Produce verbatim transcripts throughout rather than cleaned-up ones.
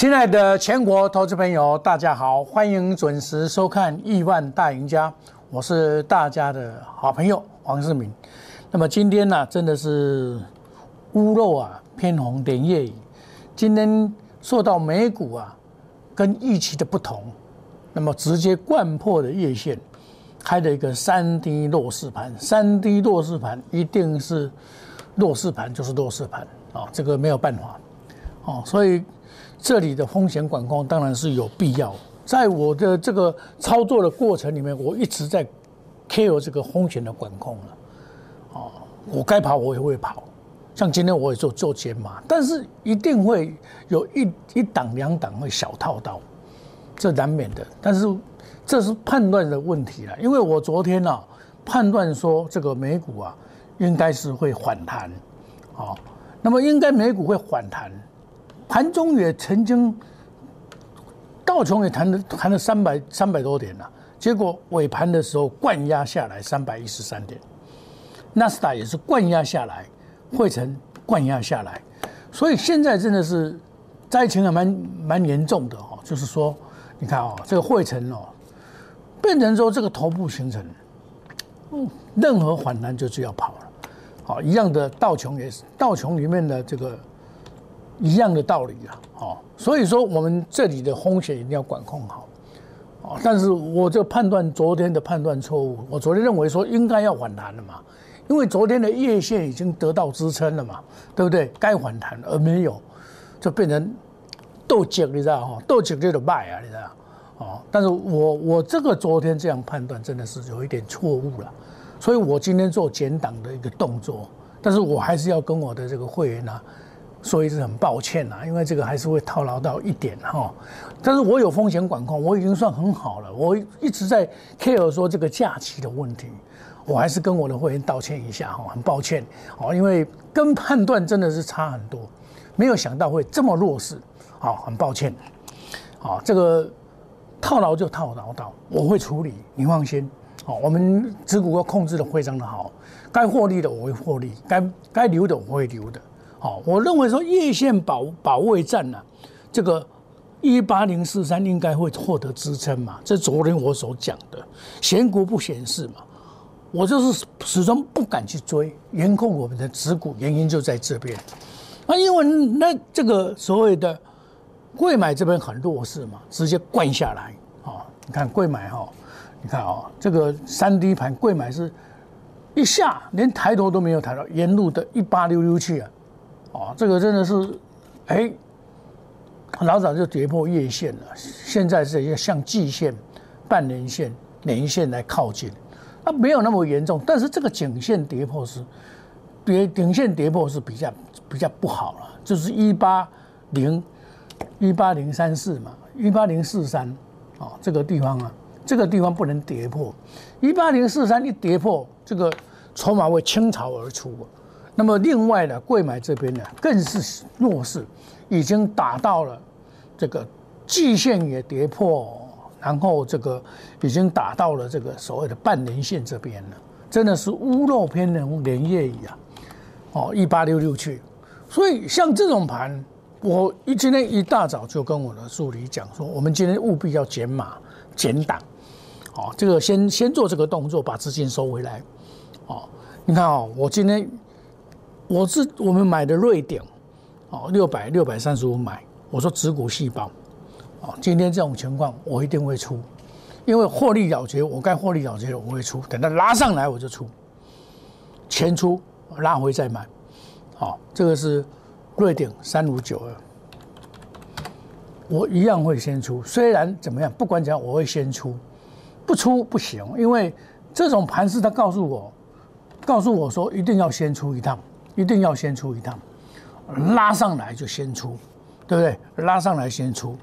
亲爱的全国投资朋友，大家好，欢迎准时收看《亿万大赢家》，我是大家的好朋友黄世明。那么今天呢、啊，真的是屋漏啊偏逢连夜雨。今天受到美股啊跟预期的不同，那么直接掼破了月线，开了一个三 D 弱势盘。三 D 弱势盘一定是弱势盘就是弱势盘啊，这个没有办法哦，所以。这里的风险管控当然是有必要，在我的这个操作的过程里面，我一直在 care 这个风险的管控了。哦，我该跑我也会跑，像今天我也做做减码，但是一定会有一一档两档会小套到，这难免的。但是这是判断的问题了，因为我昨天啊判断说这个美股啊应该是会反弹，哦，那么应该美股会反弹。盘中也曾经，道琼也谈了谈了三百三百多点了，结果尾盘的时候灌压下来三百一十三点，纳斯达也是灌压下来，汇成灌压下来，所以现在真的是灾情还蛮蛮严重的哦，就是说，你看哦，这个汇成哦，变成说这个头部形成，嗯，任何反弹就是要跑了，好，一样的道琼也是，道琼里面的这个。一样的道理啊，哦，所以说我们这里的风险一定要管控好，哦，但是我这判断昨天的判断错误，我昨天认为说应该要反弹了嘛，因为昨天的月线已经得到支撑了嘛，对不对？该反弹而没有，就变成斗鸡，你知道哈，斗鸡就卖啊，你知道，哦，但是我我这个昨天这样判断真的是有一点错误了，所以我今天做减档的一个动作，但是我还是要跟我的这个会员啊。所以是很抱歉啦，因为这个还是会套牢到一点哈，但是我有风险管控，我已经算很好了。我一直在 care 说这个假期的问题，我还是跟我的会员道歉一下哈，很抱歉哦，因为跟判断真的是差很多，没有想到会这么弱势，好，很抱歉，好，这个套牢就套牢到，我会处理，你放心，好，我们持股要控制的非常的好，该获利的我会获利，该该留的我会留的。好，我认为说月线保保卫战呢、啊，这个一八零四三应该会获得支撑嘛，这昨天我所讲的，选股不显示嘛，我就是始终不敢去追，严控我们的持股，原因就在这边。那因为那这个所谓的贵买这边很弱势嘛，直接灌下来，哦，你看贵买哈、哦，你看哦，这个三 D 盘贵买是一下连抬头都没有抬到，沿路的一八六六去啊。哦，这个真的是，哎，老早就跌破月线了，现在是要向季线、半年线、年线来靠近，它没有那么严重，但是这个颈线跌破是，跌顶线跌破是比较比较不好了，就是一八零一八零三四嘛，一八零四三，哦，这个地方啊，这个地方不能跌破，一八零四三一跌破，这个筹码会倾巢而出啊。那么另外呢，贵买这边呢更是弱势，已经打到了这个季线也跌破，然后这个已经打到了这个所谓的半年线这边了，真的是屋漏偏逢连夜雨啊！哦，一八六六去，所以像这种盘，我今天一大早就跟我的助理讲说，我们今天务必要减码减档，哦，这个先先做这个动作，把资金收回来，哦，你看哦，我今天。我是我们买的瑞鼎，哦，六百六百三十五买，我说指股细胞，哦，今天这种情况我一定会出，因为获利了结，我该获利了结的我会出，等它拉上来我就出，前出拉回再买，好，这个是瑞鼎三五九二，我一样会先出，虽然怎么样，不管怎样我会先出，不出不行，因为这种盘势他告诉我，告诉我说一定要先出一趟。一定要先出一趟，拉上来就先出，对不对？拉上来先出。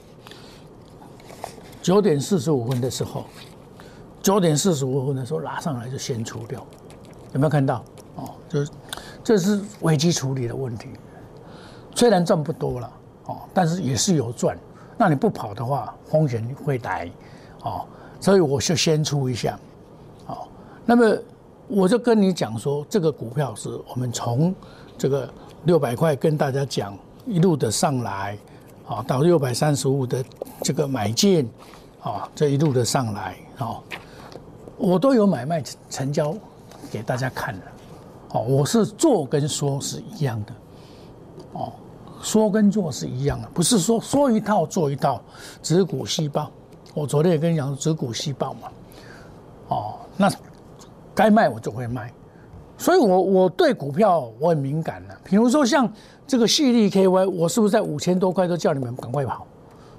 九点四十五分的时候，九点四十五分的时候拉上来就先出掉，有没有看到？哦，就是这是危机处理的问题。虽然赚不多了，哦，但是也是有赚。那你不跑的话，风险会来，哦，所以我就先出一下，好，那么。我就跟你讲说，这个股票是我们从这个六百块跟大家讲，一路的上来， 啊，到六百三十五的这个买进，啊，这一路的上来，啊，我都有买卖成交给大家看了，哦，我是做跟说是一样的，哦，说跟做是一样的，不是说说一套做一套，指股细报。我昨天也跟你讲指股细报嘛，哦，那该卖我就会卖，所以我我对股票我很敏感的，比如说像这个矽力 K Y， 我是不是在五千多块都叫你们赶快跑，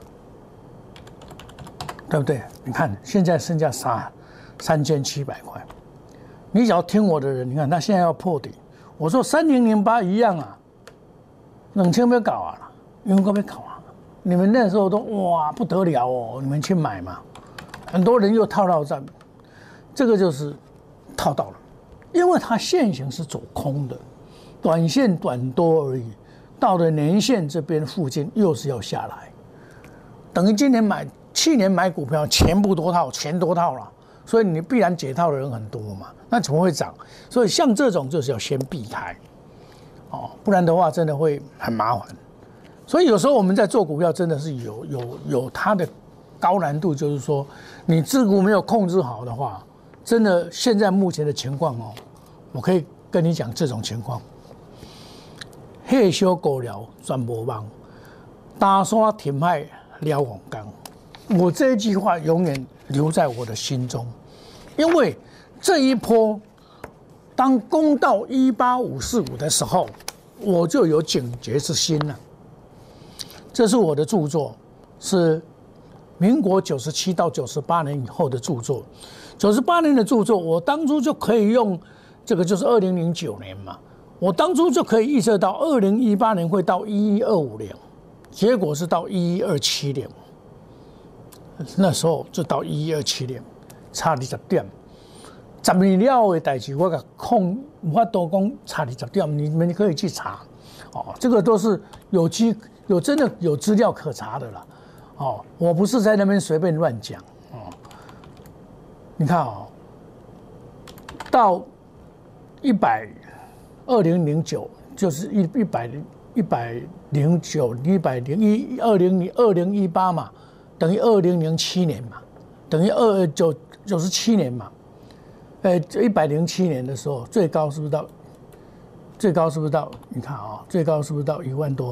对不对？你看现在剩下三三千七百块，你只要听我的人，你看他现在要破底，我说三零零八一样啊，两千要搞啊，因为要搞啊。你们那时候都哇不得了哦，你们去买嘛，很多人又套到这，这个就是套到了，因为它现行是走空的，短线短多而已，到了年线这边附近又是要下来，等于今年买去年买股票钱不多套，钱多套了，所以你必然解套的人很多嘛，那怎么会涨？所以像这种就是要先避开，哦，不然的话真的会很麻烦。所以有时候我们在做股票真的是有有有它的高难度，就是说你自股没有控制好的话，真的现在目前的情况哦，我可以跟你讲这种情况，黑小狗了转无望，大山填海了黄冈。我这一句话永远留在我的心中，因为这一波当攻到一八五四五的时候，我就有警觉之心了。这是我的著作，是民国九十七到九十八年以后的著作。九十八年的著作，我当初就可以用这个，就是二零零九年嘛，我当初就可以预测到二零一八年会到一一二五零，结果是到一一二七零，那时候就到一一二七零，差二十点。十年了的代志，我甲控无法多讲差二十点，你们可以去查，哦，这个都是有机。有真的有资料可查的啦，哦，我不是在那边随便乱讲哦。你看哦，到一百二零零九就是一一百一百零九一百零一二零二零一八嘛，等于二零零七年嘛，等于二九九十七年嘛，呃，一百零七年的时候最高是不是到？最高是不是到？你看啊、哦，最高是不是到一万多？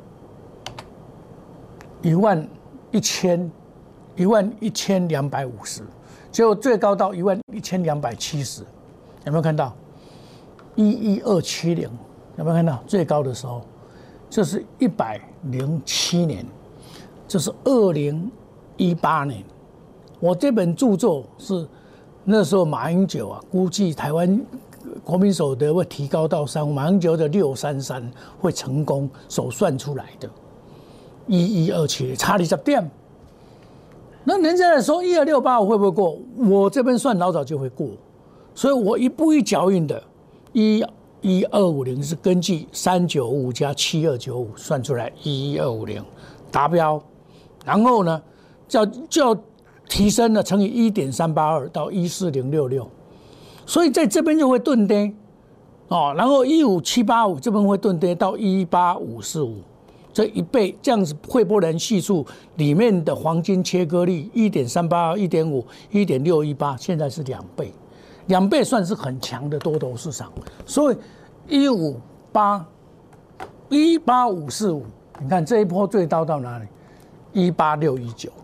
一万一千，一万一千两百五十，结果最高到一万一千两百七十，有没有看到？一一二七零，有没有看到？最高的时候，这是一百零七年，这是二零一八年。我这本著作是那时候马英九啊，估计台湾国民所得会提高到三，马英九的六三三会成功手算出来的。一一二七差二十点，那人家来说一二六八我会不会过？我这边算老早就会过，所以我一步一脚印的，一一二五零是根据三九五加七二九五算出来一一二五零达标，然后呢，就就要提升了乘以一点三八二到一四零六六，所以在这边就会钝跌哦，然后一五七八五这边会钝跌到一八五四五。这一倍这样子，惠波人系数里面的黄金切割率一点三八、一点五、一点六一八，现在是两倍，两倍算是很强的多头市场。所以一五八、一八五四五，你看这一波最高到哪里？一八六一九，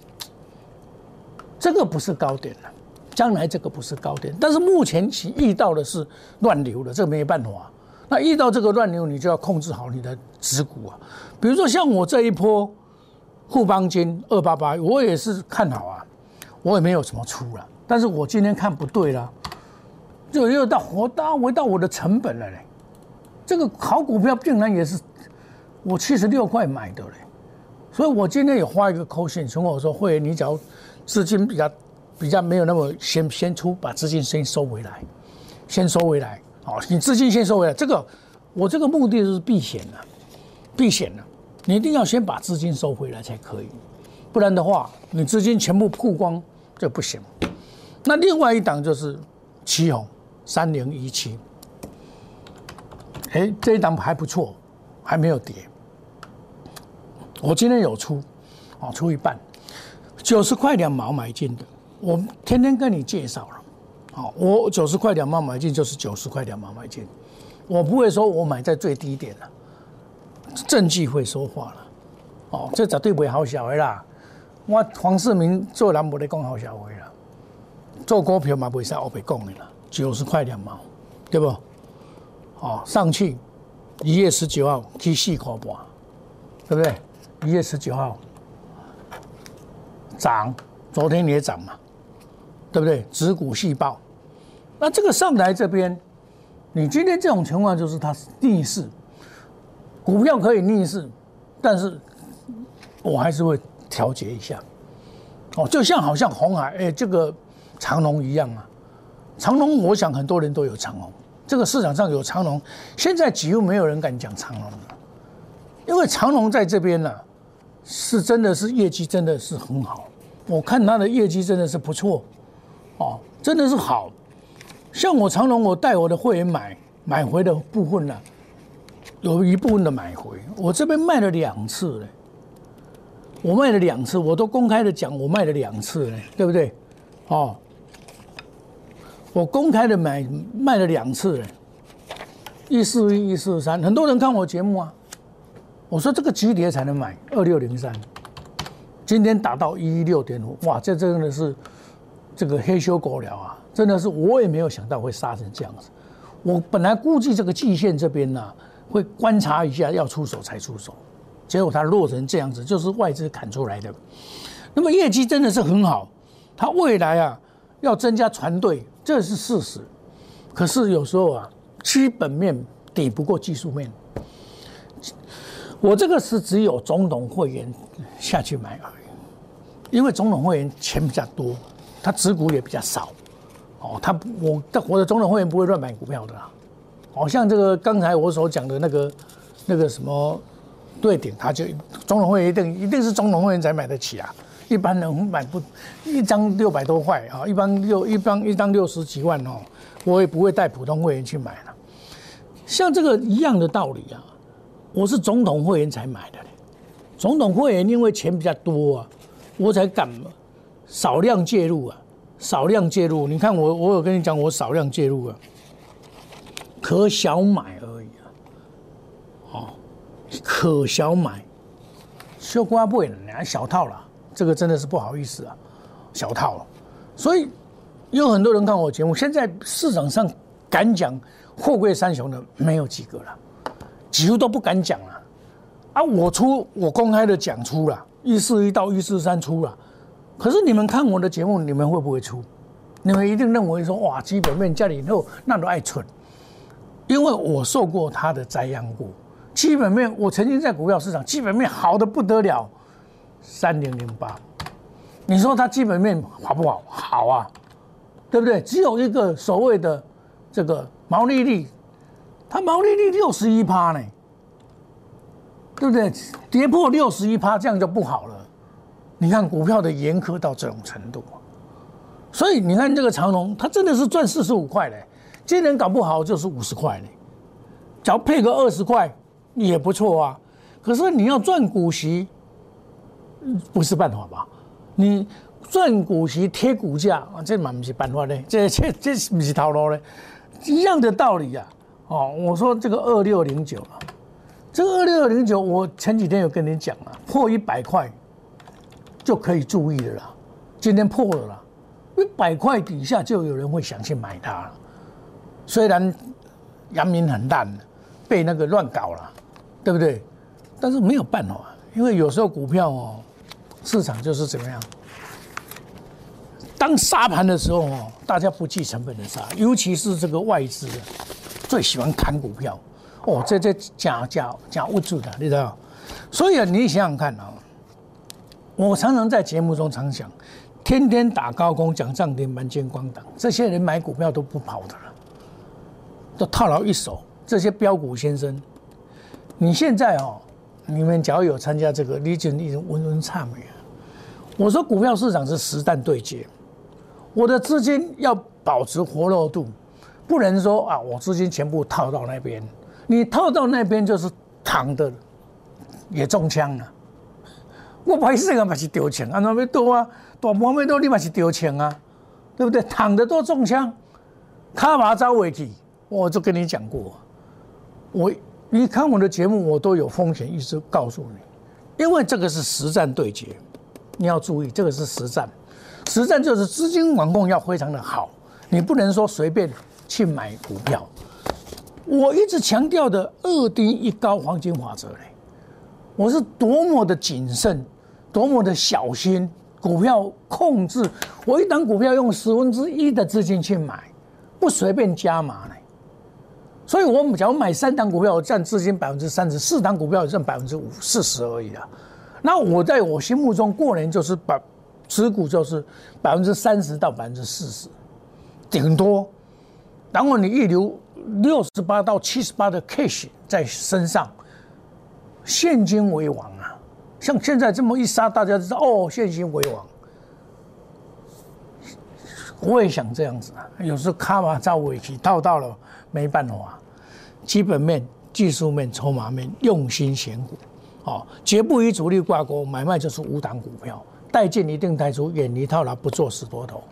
这个不是高点了，将来这个不是高点，但是目前其遇到的是乱流的，这个没办法。那遇到这个乱流，你就要控制好你的持股啊。比如说像我这一波富邦金二八八，我也是看好啊，我也没有什么出了。但是我今天看不对了，就又到我到回到我的成本了嘞。这个好股票竟然也是我七十六块买的嘞，所以我今天也花一个扣线，从我说会员，你只要资金比较比较没有那么先先出，把资金先收回来，先收回来。好，你资金先收回来，这个我这个目的就是避险的，避险的，你一定要先把资金收回来才可以，不然的话，你资金全部曝光就不行。那另外一档就是奇鋐三零一七，哎，这一档还不错，还没有跌。 我今天有出，哦，出一半，九十块两毛买进的，我天天跟你介绍了，好，我九十块两毛买进就是九十块两毛买进，我不会说我买在最低点了，证据会说话了，哦，这绝对不会好小的啦，我黄世明做人不得讲好小的啦，做股票嘛不会使我白讲的啦，九十块两毛，对不？哦，上去一月十九号去四块半，对不对？一月十九号涨，昨天也涨嘛，对不对？指股细爆，那这个上来这边，你今天这种情况就是它逆势，股票可以逆势，但是我还是会调节一下。哦，就像好像鸿海，哎，这个长荣一样啊。长荣，我想很多人都有长荣，这个市场上有长荣，现在几乎没有人敢讲长荣了，因为长荣在这边呢、啊，是真的是业绩真的是很好，我看它的业绩真的是不错，哦，真的是好。像我长荣，我带我的会员买买回的部分呢、啊，有一部分的买回，我这边卖了两次嘞，我卖了两次，我都公开的讲，我卖了两次嘞，对不对？哦。我公开的买卖了两次了，一四一、一四三，很多人看我节目啊。我说这个急跌才能买二六零三，今天打到一一六点五，哇，这真的是这个黑修狗了啊！真的是我也没有想到会杀成这样子。我本来估计这个季线这边呢、啊、会观察一下要出手才出手，结果它落成这样子，就是外资砍出来的。那么业绩真的是很好，它未来啊要增加船队。这是事实，可是有时候啊，基本面抵不过技术面。我这个是只有总统会员下去买而已，因为总统会员钱比较多，他持股也比较少。哦，他我我的总统会员不会乱买股票的啦。好像这个刚才我所讲的那个那个什么对顶，他就总统会员一定一定是总统会员才买得起啊。一般人买不一张六百多块啊，一般六一张一张六十几万哦，我也不会带普通会员去买了。像这个一样的道理啊，我是总统会员才买的嘞。总统会员因为钱比较多啊，我才敢少量介入啊，少量介入。你看我我有跟你讲，我少量介入啊，可小买而已啊，哦，可小买，小瓜不能小套啦。这个真的是不好意思啊，小套，所以有很多人看我节目，现在市场上敢讲货柜三雄的没有几个了，几乎都不敢讲了。啊，我出我公开的讲出了，一四一到一四三出了，可是你们看我的节目，你们会不会出？你们一定认为说哇，基本面家里以后那都爱蠢，因为我受过他的栽殃过。基本面我曾经在股票市场基本面好的不得了。三零零八，你说它基本面好不好？好啊，对不对？只有一个所谓的这个毛利率，它毛利率六十一趴呢，对不对？跌破六十一趴，这样就不好了。你看股票的严苛到这种程度，所以你看这个长荣，它真的是赚四十五块嘞，今年搞不好就是五十块嘞，只要配个二十块也不错啊。可是你要赚股息。不是办法吧？你赚股息贴股价啊，这嘛不是办法呢，这这这不是套路呢，一样的道理啊。哦，我说这个二六零九啊，这个二六零九，我前几天有跟你讲了，破一百块就可以注意了啦。今天破了啦，一百块底下就有人会想去买它了。虽然阳明很烂，被那个乱搞了，对不对？但是没有办法，因为有时候股票哦。市场就是怎么样？当杀盘的时候哦，大家不计成本的杀，尤其是这个外资最喜欢砍股票哦，这这假假假物质的，你知道？所以啊，你想想看啊，我常常在节目中常讲，天天打高空讲涨停板见光档，这些人买股票都不跑的了，都套牢一手。这些标股先生，你现在哦。你们只要有参加这个，你就一种温温差没啊？我说股票市场是实弹对接，我的资金要保持活络度，不能说啊，我资金全部套到那边，你套到那边就是躺的，也中枪了， 我不好意思啊，嘛是丢钱，安怎要多啊？大半要多，你嘛是丢钱啊，对不对？躺着都中枪，卡麻招尾去，我就跟你讲过，我你看我的节目，我都有风险意识告诉你，因为这个是实战对决，你要注意，这个是实战，实战就是资金管控要非常的好，你不能说随便去买股票。我一直强调的二低一高黄金法则嘞，我是多么的谨慎，多么的小心，股票控制，我一档股票用十分之一的资金去买，不随便加码嘞。所以我们假如买三档股票，我占资金百分之三十，四档股票占百分之五四十而已啊。那我在我心目中过年就是把持股就是百分之三十到百分之四十，顶多。然后你预留六十八到七十八的 cash 在身上，现金为王啊！像现在这么一杀，大家知道哦，现金为王。我也想这样子啊，有时候卡嘛照尾去套到了，没办法。基本面、技术面、筹码面，用心选股，哦，绝不与主力挂钩，买卖就是五档股票，带进一定带出，远离套牢，不做死多头。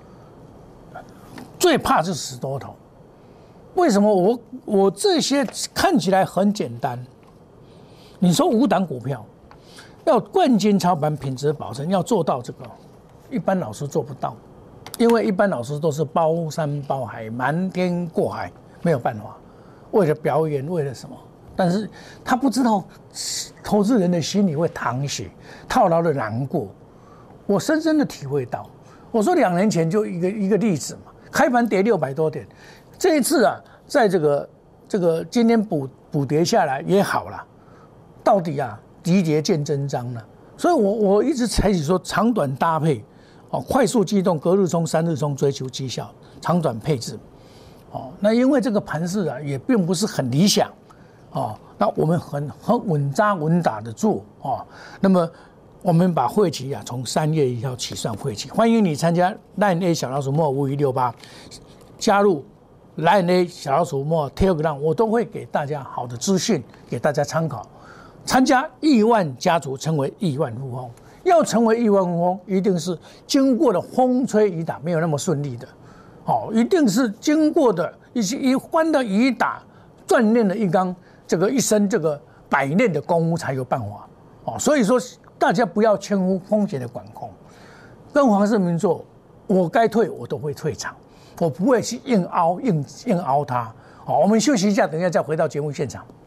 最怕是死多头。为什么我我这些看起来很简单？你说五档股票要冠军操盘、品质保证，要做到这个，一般老师做不到，因为一般老师都是包山包海、瞒天过海，没有办法，为了表演，为了什么？但是他不知道投资人的心里会淌血，套牢的难过，我深深的体会到。我说两年前就一个一个例子嘛。开盘跌六百多点，这一次啊，在这个这个今天补补跌下来也好了，到底啊敌跌见真章了。所以我我一直采取说长短搭配，哦，快速机动，隔日冲、三日冲，追求绩效，长短配置，哦，那因为这个盘势啊也并不是很理想，哦，那我们很很稳扎稳打的做，哦，那么。我们把会期啊从三月一号起算会期，欢迎你参加 Line A 小老鼠莫五一六八，加入 Line A 小老鼠莫 Telegram， 我都会给大家好的资讯，给大家参考。参加亿万家族，成为亿万富翁。要成为亿万富翁，一定是经过了风吹雨打，没有那么顺利的，哦，一定是经过的一些一番的雨打，锻炼了一缸这个一生这个百年的功夫才有办法，哦，所以说。大家不要轻忽风险的管控，跟黄世明做，我该退我都会退场，我不会去硬凹硬硬凹它。好，我们休息一下，等一下再回到节目现场。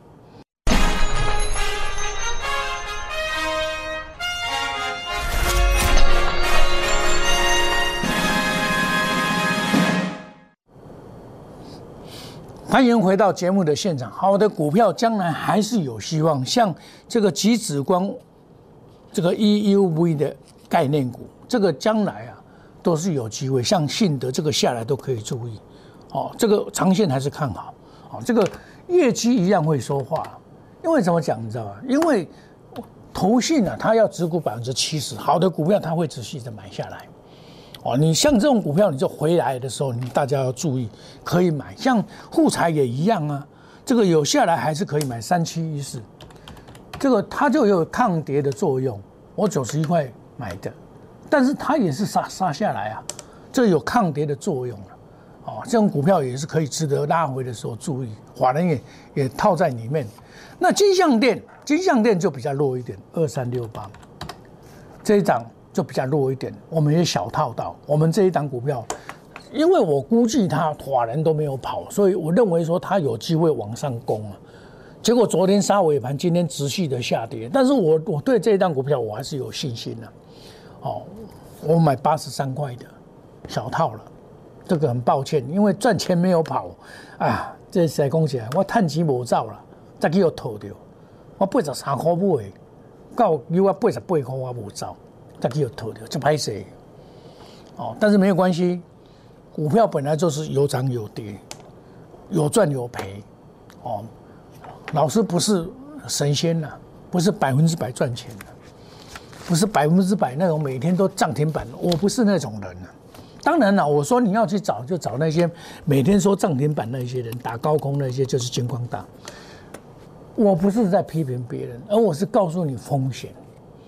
欢迎回到节目的现场。好的股票将来还是有希望，像这个极紫光。这个 E U V 的概念股，这个将来啊都是有机会，像信德这个下来都可以注意，哦，这个长线还是看好，哦，这个业绩一样会说话，因为怎么讲你知道吧？因为投信啊，它要持股百分之七十，好的股票它会持续的买下来，哦，你像这种股票你就回来的时候，你大家要注意，可以买，像护材也一样啊，这个有下来还是可以买三七一四。这个它就有抗跌的作用，我九十一块买的，但是它也是杀杀下来啊，这有抗跌的作用了，哦，这种股票也是可以值得拉回的时候注意，法人也也套在里面。那金像电，金像电就比较弱一点，二三六八，这一档就比较弱一点，我们也小套到，我们这一档股票，因为我估计它法人都没有跑，所以我认为说它有机会往上攻啊。结果昨天杀尾盘，今天持续的下跌，但是我我对这一档股票我还是有信心的，哦，我买八十三块的小套了，这个很抱歉，因为赚钱没有跑啊，这实在讲起来，我趁钱无走了，再给我套掉，我八十三块买，到有我八十八块我无走，再给我套掉，这歹势，哦，但是没有关系，股票本来就是有涨有跌，有赚有赔，哦。老师不是神仙呐、啊，不是百分之百赚钱的、啊，不是百分之百那种每天都涨停板，我不是那种人啊。当然了，我说你要去找，就找那些每天说涨停板那些人，打高空那些就是金光大。我不是在批评别人，而我是告诉你风险。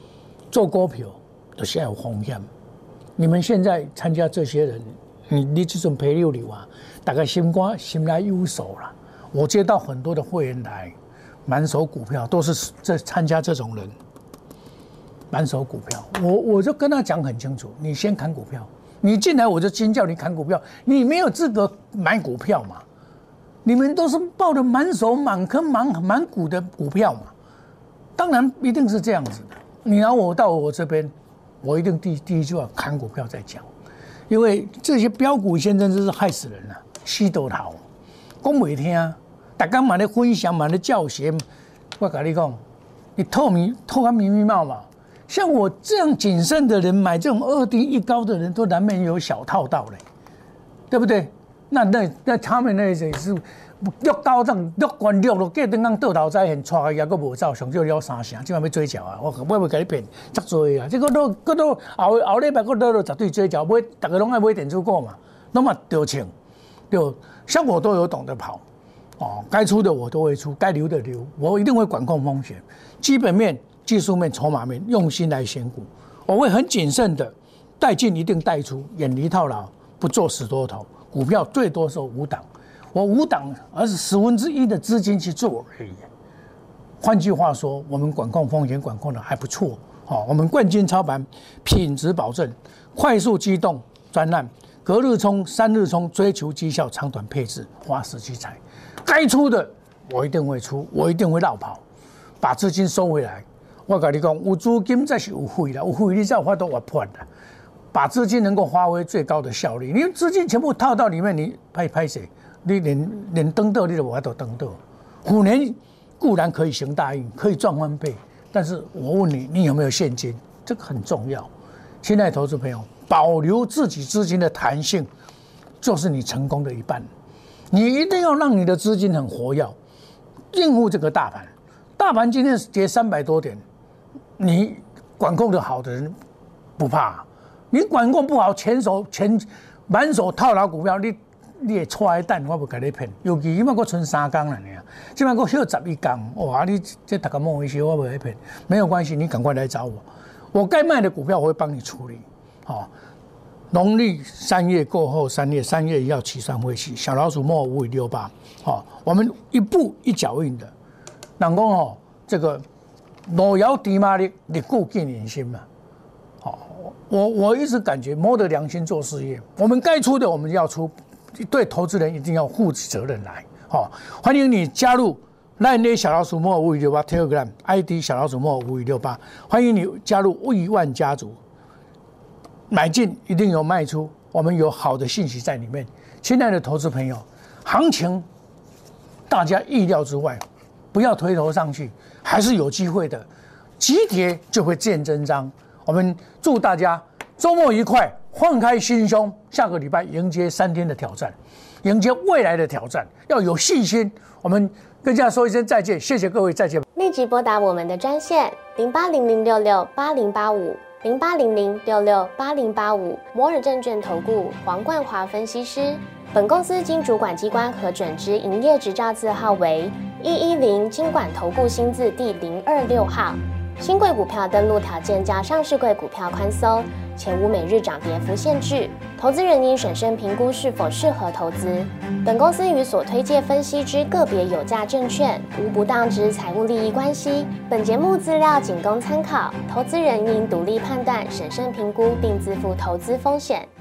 做股票就现在有风险。你们现在参加这些人，你你这种赔六六啊，大概心肝心来忧手了。我接到很多的会员来，满手股票都是这参加这种人，满手股票，我我就跟他讲很清楚，你先砍股票，你进来我就先叫你砍股票，你没有资格买股票嘛。你们都是抱着满手满坑满满股的股票嘛，当然一定是这样子的。你拿我到我这边，我一定第第一句话砍股票再讲，因为这些标股先生真是害死人了、啊，死多头，讲袂听，大家嘛咧分享嘛咧教学，我跟你讲，你透明透个密密麻麻，像我这样谨慎的人买这种二低一高的人，都难免有小套到嘞，对不对？那那那他们那些是六高涨六关六了，计等讲倒头栽现带个也阁无走，上少了三成，即摆要追缴啊！我我要甲你骗，足多啊！这个都个都后后礼拜个都都绝对追缴，买大家拢爱买电子股嘛，那么丢钱，就像我都有懂得跑哦，该出的我都会出，该留的留，我一定会管控风险，基本面、技术面、筹码面，用心来选股，我会很谨慎的，带进一定带出，远离套牢，不做死多头。股票最多是五档，我五档，而是十分之一的资金去做而已。换句话说，我们管控风险管控的还不错。好，我们冠军操盘，品质保证，快速机动专案，隔日冲、三日冲，追求绩效，长短配置，花时机财。该出的我一定会出，我一定会绕跑，把资金收回来。我跟你讲，有资金才是有费啦，有费你才有法度活泼啦。把资金能够发挥最高的效率，你资金全部套到里面，你拍拍谁？你连连登豆你都无法度登豆。虎年固然可以行大运，可以赚翻倍，但是我问你，你有没有现金？这个很重要。亲爱的投资朋友，保留自己资金的弹性，就是你成功的一半。你一定要让你的资金很活跃，应付这个大盘。大盘今天跌三百多点，你管控的好的人不怕。你管控不好，前手前满手套牢股票，你你会错一蛋，我不给你骗。尤其今麦我剩三天了呢，今麦我休十一天，哇！你这大家莫一些，我不会骗。没有关系，你赶快来找我，我该卖的股票我会帮你处理。好、哦，农历三月过后，三月三月要起算会期，小老鼠莫五五六八。好，我们一步一脚印的。人讲哦，这个路遥知马力，日久见人心嘛。好、哦，我我一直感觉摸着良心做事业，我们该出的我们要出，对投资人一定要负起责任来。好、哦，欢迎你加入 Line 小老鼠莫五五六八 Telegram I D 小老鼠莫五五六八，欢迎你加入亿万家族。买进一定有卖出，我们有好的信息在里面。亲爱的投资朋友，行情大家意料之外，不要推头上去，还是有机会的。急跌就会见真章。我们祝大家周末愉快，放开心胸，下个礼拜迎接三天的挑战，迎接未来的挑战，要有信心。我们跟大家说一声再见，谢谢各位，再见。 立即拨打我们的专线零八零零六六八零八五。零八零零六六八零八五摩尔证券投顾黄冠华分析师。本公司经主管机关核准之营业执照字号为一一零金管投顾新字第零二六号。新贵股票登录条件较上市贵股票宽松，且无每日涨跌幅限制。投资人应审慎评估是否适合投资。本公司与所推介分析之个别有价证券无不当之财务利益关系。本节目资料仅供参考，投资人应独立判断、审慎评估并自负投资风险。